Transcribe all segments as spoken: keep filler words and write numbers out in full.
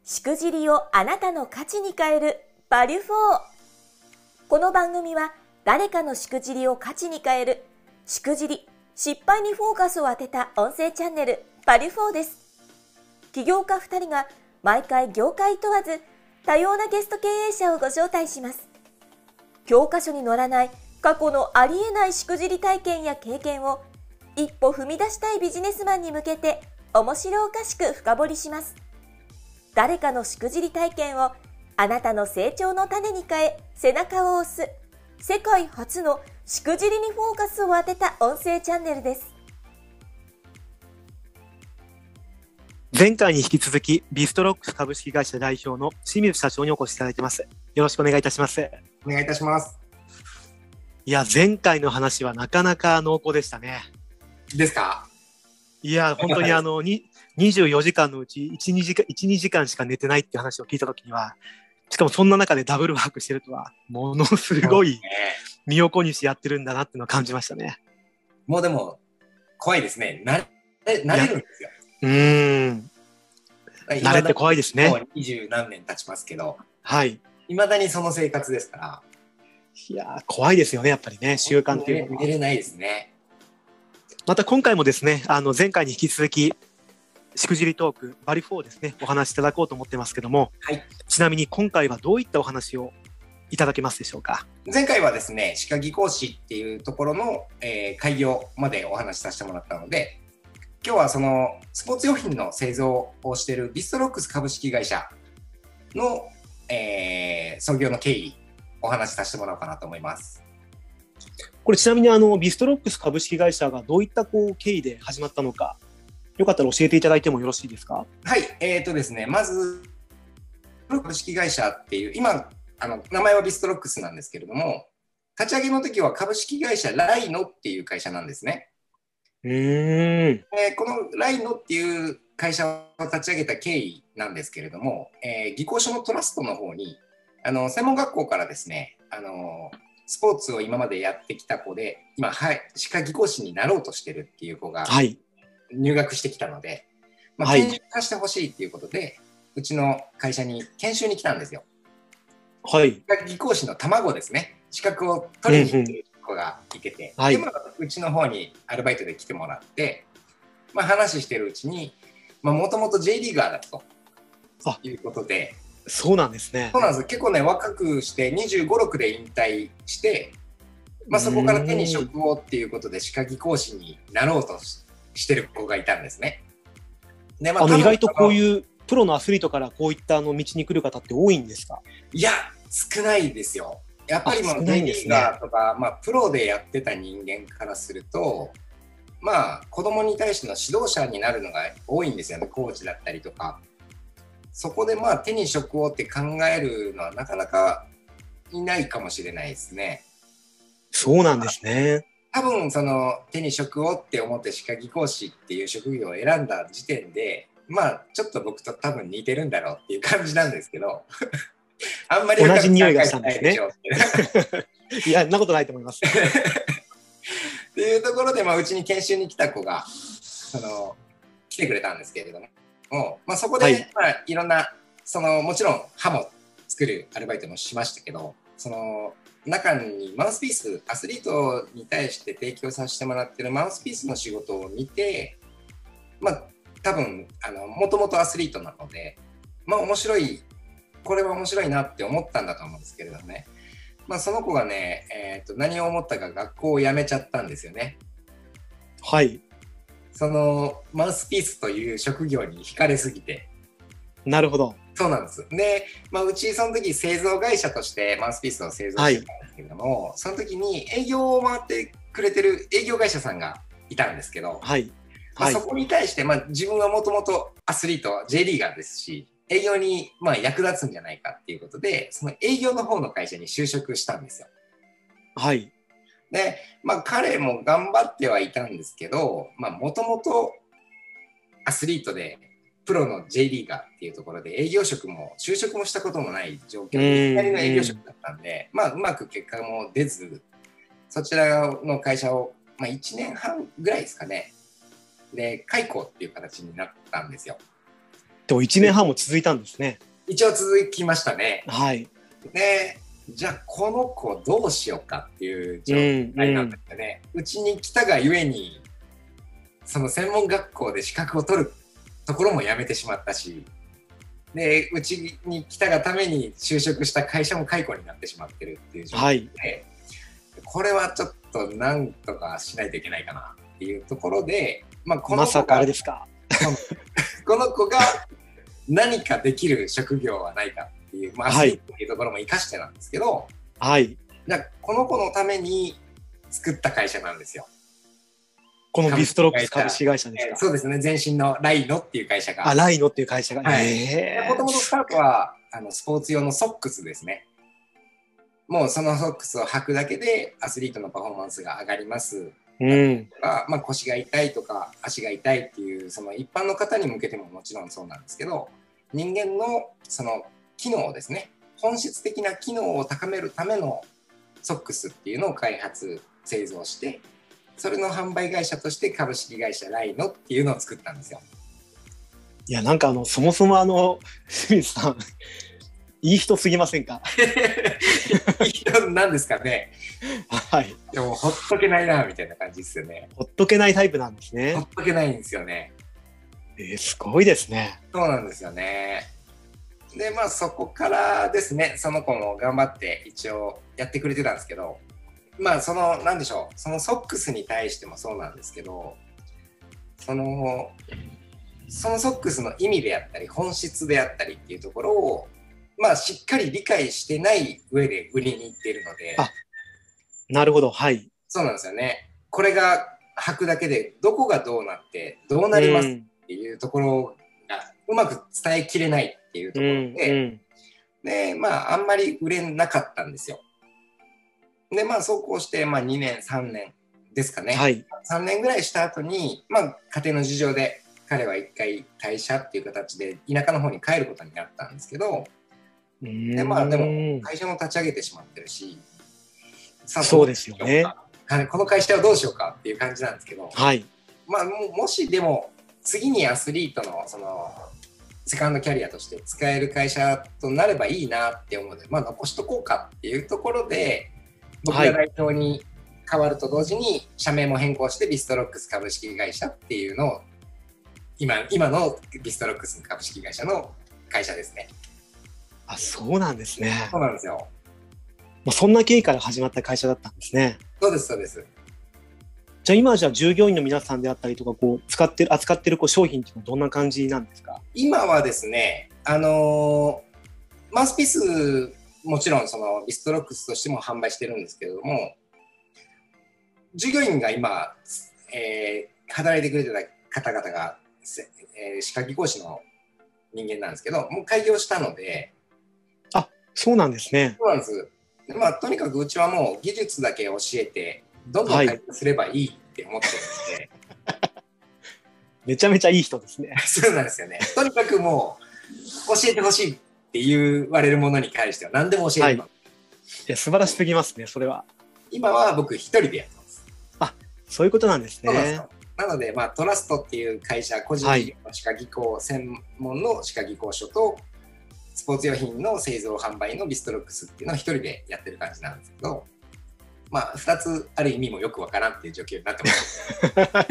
しくじりをあなたの価値に変えるバリュフォー。この番組は誰かのしくじりを価値に変えるしくじり、失敗にフォーカスを当てた音声チャンネルバリュフォーです。起業家ふたりが毎回業界問わず多様なゲスト経営者をご招待します。教科書に載らない過去のありえないしくじり体験や経験を一歩踏み出したいビジネスマンに向けて面白おかしく深掘りします。誰かのしくじり体験をあなたの成長の種に変え背中を押す世界初のしくじりにフォーカスを当てた音声チャンネルです。 前回に引き続きビストロックス株式会社代表の清水社長にお越しいただいてます。よろしくお願いいたします。 お願いいたします。 いや、前回の話はなかなか濃厚でしたね。 ですか？ いや、本当にあのににじゅうよじかんのうちいち、にじかん、いち、にじかんしか寝てないっていう話を聞いたときには、しかもそんな中でダブルワークしてるとは、ものすごい身を粉にしてやってるんだなっていうのを感じましたね。 もうでも怖いですね。なれ、慣れるんですよ。 うーん。慣れって怖いですね。 もう二十何年経ちますけど、 はい。 未だにその生活ですから。 いやー、怖いですよね、やっぱりね、習慣っていうのは。 寝れないですね。 また今回もですね、あの前回に引き続き、しくじりトーク、バリフォーですね、お話しいただこうと思ってますけども、 はい、 ちなみに今回はどういったお話をいただけますでしょうか。 前回はですね、歯科技工士っていうところの、えー、開業までお話しさせてもらったので、今日はそのスポーツ用品の製造をしているビストロックス株式会社の、えー、創業の経緯、お話しさせてもらおうかなと思います。 これちなみにあのビストロックス株式会社がどういったこう経緯で始まったのか、よかったら教えていただいてもよろしいですか。 はい、えーとですね、まず株式会社っていう今あの名前はビストロックスなんですけれども、立ち上げの時は株式会社ライノっていう会社なんですね。 うーん、 えー、このライノっていう会社を立ち上げた経緯なんですけれども、えー、技工所のトラストの方にあの専門学校からですね、あのスポーツを今までやってきた子で今、はい、歯科技工士になろうとしてるっていう子が入学してきたので、まあ、研修させてほしいっていうことで、はい、うちの会社に研修に来たんですよ。 はい。 歯科技工士の卵ですね、資格を取りに来る子がいてて、うんうん、でまあ、うちの方にアルバイトで来てもらって、まあ、話してるうちにもともと J リーガーだということで。 そうなんですね。 そうなんです。結構ね、若くしてにじゅうご、ろくで引退して、まあ、そこから手に職をっていうことで歯科技工士になろうとしてる子がいたんですね。 で、まあ、あの意外とこういうプロのアスリートからこういったあの道に来る方って多いんですか？ いや、少ないですよ。やっぱりもう J リーガーとか、まあ、プロでやってた人間からすると、まあ、子供に対しての指導者になるのが多いんですよね、コーチだったりとか。そこでまあ手に職をって考えるのはなかなかいないかもしれないですね。 そうなんですね。 多分その手に職をって思って歯科技工士っていう職業を選んだ時点で、まあちょっと僕と多分似てるんだろうっていう感じなんですけどあんまり同じ匂いがしたんですねいや、そんなことないと思いますっていうところで、まあ、うちに研修に来た子がその来てくれたんですけれども、まあ、そこで、はいまあ、いろんなそのもちろん歯も作るアルバイトもしましたけど、その中にマウスピース、アスリートに対して提供させてもらってるマウスピースの仕事を見て、まあ多分あのもともとアスリートなので、まあ面白い、これは面白いなって思ったんだと思うんですけれどね。まあその子がね、えーと、何を思ったか学校を辞めちゃったんですよね。 はい。 そのマウスピースという職業に惹かれすぎて。 なるほど。 そうなんです。で、まあ、うちその時製造会社としてマウスピースを製造してたんですけれども、はい、その時に営業を回ってくれてる営業会社さんがいたんですけど、 はいまあ、そこに対して、まあ、自分はもともとアスリート J リーガーですし、営業にまあ役立つんじゃないかっていうことで、その営業の方の会社に就職したんですよ。 はい。 で、まあ、彼も頑張ってはいたんですけど、もともとアスリートでプロの J リーガーっていうところで営業職も就職もしたこともない状況でいきなりの営業職だったんで、まあ、うまく結果も出ず、そちらの会社を、まあ、いちねんはんぐらいですかねで解雇っていう形になったんですよ。 でもいちねんはんも続いたんですね。 一応続きましたね。 はい。 で、じゃあこの子どうしようかっていう状態なんだよね。うち、うん、に来たがゆえに、その専門学校で資格を取るところもやめてしまったし、で、うちに来たがために就職した会社も解雇になってしまってるっていう状態で、はい、これはちょっとなんとかしないといけないかなっていうところで、まあ、この子がまさかあれですかこの子が何かできる職業はないかっていう、まあ、アスリートっていうところも生かしてなんですけど、 はい、 じゃあこの子のために作った会社なんですよ。 このビストロックス株式会社ですか？ えー、そうですね。前身のライノっていう会社が。 あ、ライノっていう会社が。 はい。もともとスタートはあのスポーツ用のソックスですね。もうそのソックスを履くだけでアスリートのパフォーマンスが上がります。 うん。 まあ、腰が痛いとか足が痛いっていうその一般の方に向けてももちろんそうなんですけど、人間のその機能をですね、本質的な機能を高めるためのソックスっていうのを開発製造して、それの販売会社として株式会社ライノっていうのを作ったんですよ。 いや、なんかあのそもそもあの清水さんいい人すぎませんか？ いい人なんですかね。 はい。 でもほっとけないなみたいな感じですよね。 ほっとけないタイプなんですね。 ほっとけないんですよね。 えー、すごいですね。 そうなんですよね。でまあそこからですね、その子も頑張って一応やってくれてたんですけど、まあそのなんでしょう、そのソックスに対してもそうなんですけど、そのそのソックスの意味であったり本質であったりっていうところをまあしっかり理解してない上で売りに行っているので。 あ、なるほど、はい。 そうなんですよね。これが履くだけでどこがどうなってどうなりますっていうところがうまく伝えきれないっていうところで、うんうん、でまああんまり売れなかったんですよ。でまあそうこうして、まあ、にねんさんねんですかね、 はい、 さんねんぐらいした後に、まあ、家庭の事情で彼は一回退社っていう形で田舎の方に帰ることになったんですけど、でまあでも会社も立ち上げてしまってるし、 さあそうですよね。 この会社はどうしようかっていう感じなんですけど、 はい、 まあ も, もしでも次にアスリートのそのセカンドキャリアとして使える会社となればいいなって思うので、まあ、残しとこうかっていうところで僕が代表に変わると同時に社名も変更してビストロックス株式会社っていうのを 今, 今のビストロックス株式会社の会社ですね。 あ、そうなんですね。 そうなんですよ。 もうそんな経緯から始まった会社だったんですね。 そうですそうです。 じゃあ今はじゃあ従業員の皆さんであったりとかこう使ってる扱ってるこう商品っていうのはどんな感じなんですか？ 今はですね、あのー、マウスピースもちろんそのビストロックスとしても販売してるんですけれども、従業員が今、えー、働いてくれてた方々が、えー、歯科技工士の人間なんですけど、もう開業したので。 あ、そうなんですね。 そうなんです。まあ、とにかくうちはもう技術だけ教えてどんどん開業すればいいって思ってるので、 はい、めちゃめちゃいい人ですね。 そうなんですよね。とにかくもう教えてほしいって言われるものに関しては何でも教えてます。 はい、いや素晴らしすぎますね、それは。 今は僕一人でやってます。 あ、そういうことなんですね。 そうなんですよ。なので、まあ、トラストっていう会社、個人事業の歯科技工専門の歯科技工所と、スポーツ用品の製造販売のビストロックスっていうのを一人でやってる感じなんですけど、まあ、二つある意味もよくわからんっていう状況になってます。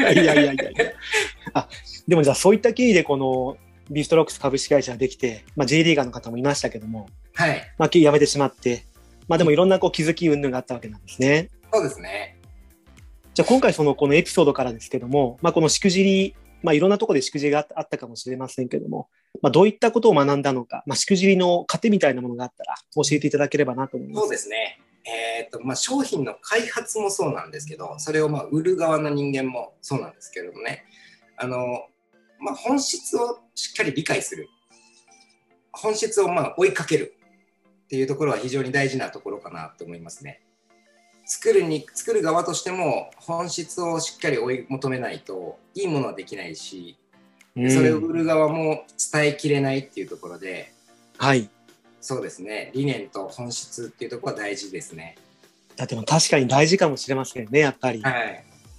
いやいやいやいやあ、でもじゃあそういった経緯でこのビストロックス株式会社ができて、まあ、J リーガーの方もいましたけども、 はい。 まあ、辞めてしまって、まあでもいろんなこう気づき云々があったわけなんですね。 そうですね。 じゃあ今回そのこのエピソードからですけども、まあ、このしくじり、まあ、いろんなところでしくじりがあったかもしれませんけども、まあ、どういったことを学んだのか、まあ、しくじりの糧みたいなものがあったら教えていただければなと思います。 そうですね。えーっとまあ、商品の開発もそうなんですけど、それをまあ売る側の人間もそうなんですけれどもね、あの、まあ、本質をしっかり理解する、本質をまあ追いかけるっていうところは非常に大事なところかなと思いますね。作るに作る側としても本質をしっかり追い求めないといいものはできないし、うん、それを売る側も伝えきれないっていうところで、 はい、 そうですね、理念と本質っていうところは大事ですね。 だっても確かに大事かもしれませんね、やっぱり。 はい。 だ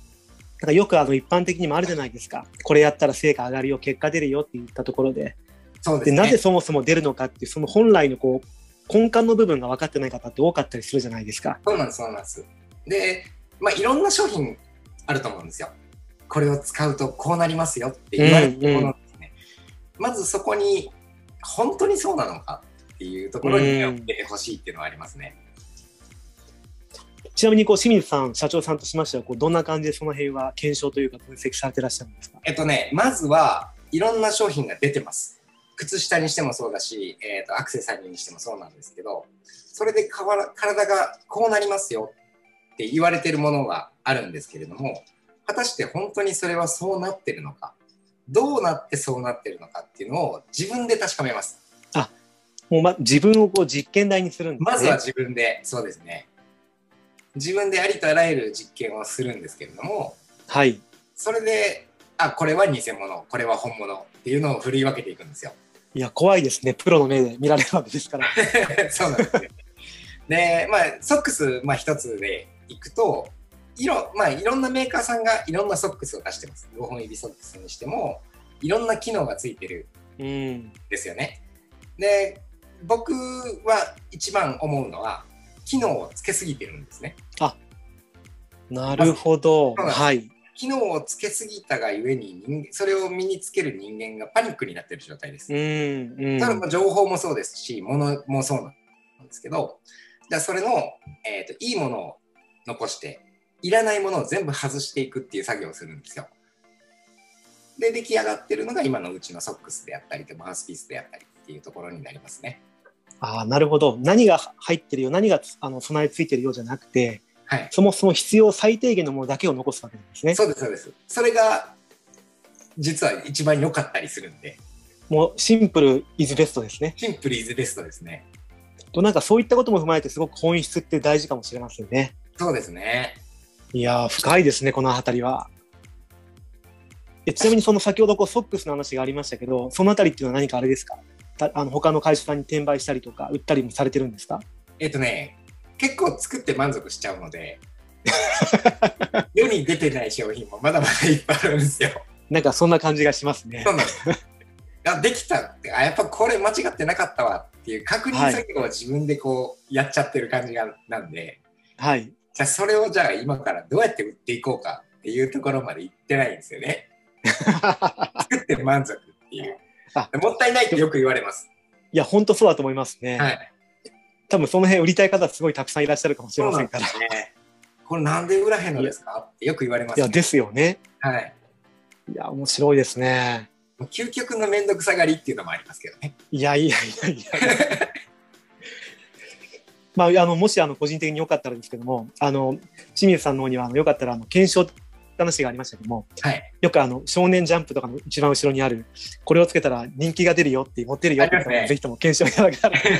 からよくあの一般的にもあるじゃないですか。これやったら成果上がるよ、結果出るよって言ったところで、 そうですね。 で、なぜそもそも出るのかっていう、その本来のこう、根幹の部分が分かってない方って多かったりするじゃないですか。 そうなんです、そうなんです。で、まあ、いろんな商品あると思うんですよ。これを使うとこうなりますよって言われてるものですね。うんうん、まずそこに、本当にそうなのかっていうところに目を向けてほしいっていうのはありますね。 ちなみにこう清水さん、社長さんとしましてはこうどんな感じでその辺は検証というか分析されてらっしゃるんですか？ えっとね、まずはいろんな商品が出てます。靴下にしてもそうだし、えーと、アクセサリーにしてもそうなんですけど、それで体がこうなりますよって言われているものがあるんですけれども、果たして本当にそれはそうなってるのか、どうなってそうなってるのかっていうのを自分で確かめます。 あ、もう、ま、自分をこう実験台にするんですね。 まずは自分で、そうですね。自分でありとあらゆる実験をするんですけれども、 はい。 それで、あ、これは偽物、これは本物っていうのを振り分けていくんですよ。 いや、怖いですね。プロの目で見られるわけですから。 そうなんですね。で、まあ、ソックス、まあ、一つでいくと、いろ、まあ、いろんなメーカーさんがいろんなソックスを出してます。ごほん指ソックスにしても、いろんな機能がついてるんですよね。うん、で、僕は一番思うのは、機能をつけすぎてるんですね。 あ、なるほど。はい。 機能をつけすぎたがゆえに人間、それを身につける人間がパニックになっている状態です。うんうん、ただ情報もそうですし、物もそうなんですけど、じゃあそれの、えーと、いいものを残して、いらないものを全部外していくっていう作業をするんですよ。で、出来上がってるのが今のうちのソックスであったり、マウスピースであったりっていうところになりますね。 ああ、なるほど。何が入ってるよ、何があの備え付いてるようじゃなくて、 はい、 そもそも必要最低限のものだけを残すわけなんですね。 そうです、そうです。それが実は一番良かったりするんで。 もうシンプルイズベストですね。 シンプルイズベストですね。 となんかそういったことも踏まえてすごく本質って大事かもしれませんね。 そうですね。 いやー、深いですね、このあたりは。えちなみにその先ほどこうソックスの話がありましたけど、そのあたりっていうのは何かあれですか？あの他の会社さんに転売したりとか売ったりもされてるんですか？ えっとね、結構作って満足しちゃうので世に出てない商品もまだまだいっぱいあるんですよ。 なんかそんな感じがしますね。 そうなんです。あ、できたって、あ、やっぱこれ間違ってなかったわっていう確認作業を自分でこうやっちゃってる感じがなんで、はい、じゃあそれをじゃあ今からどうやって売っていこうかっていうところまで行ってないんですよね。作って満足っていう。あ、もったいないってよく言われます。 いや、本当そうだと思いますね。はい、多分その辺売りたい方すごいたくさんいらっしゃるかもしれませんから。 そうなんですね。これなんで売らへんのですかってよく言われます、ね。 いや、ですよね。 はい。 いや、面白いですね。 究極のめんどくさがりっていうのもありますけどね。 いやいやいやいや。まあ、あのもしあの個人的によかったらですけども、あの清水さんの方にはあのよかったらあの検証話がありましたけども、はい、よくあの少年ジャンプとかの一番後ろにあるこれをつけたら人気が出るよって持ってるよっていうのを、ね、ぜひとも検証いただけたら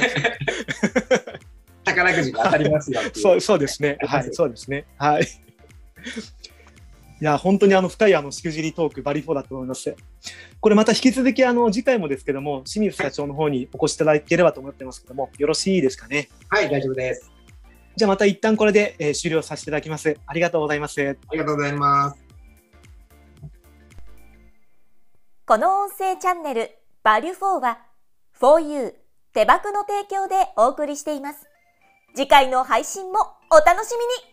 宝くじが当たりますよっていう。 そうそうですね。はい、そうですね。はい。いや本当にあの深いあのしくじりトークバリフォーだと思います。これまた引き続きあの次回もですけども清水社長の方にお越しいただければと思ってますけども、よろしいですかね。 はい、大丈夫です。 じゃあまた一旦これで、えー、終了させていただきます。ありがとうございます。 ありがとうございます。 この音声チャンネルバリュフォーは フォーユー 手箱の提供でお送りしています。次回の配信もお楽しみに。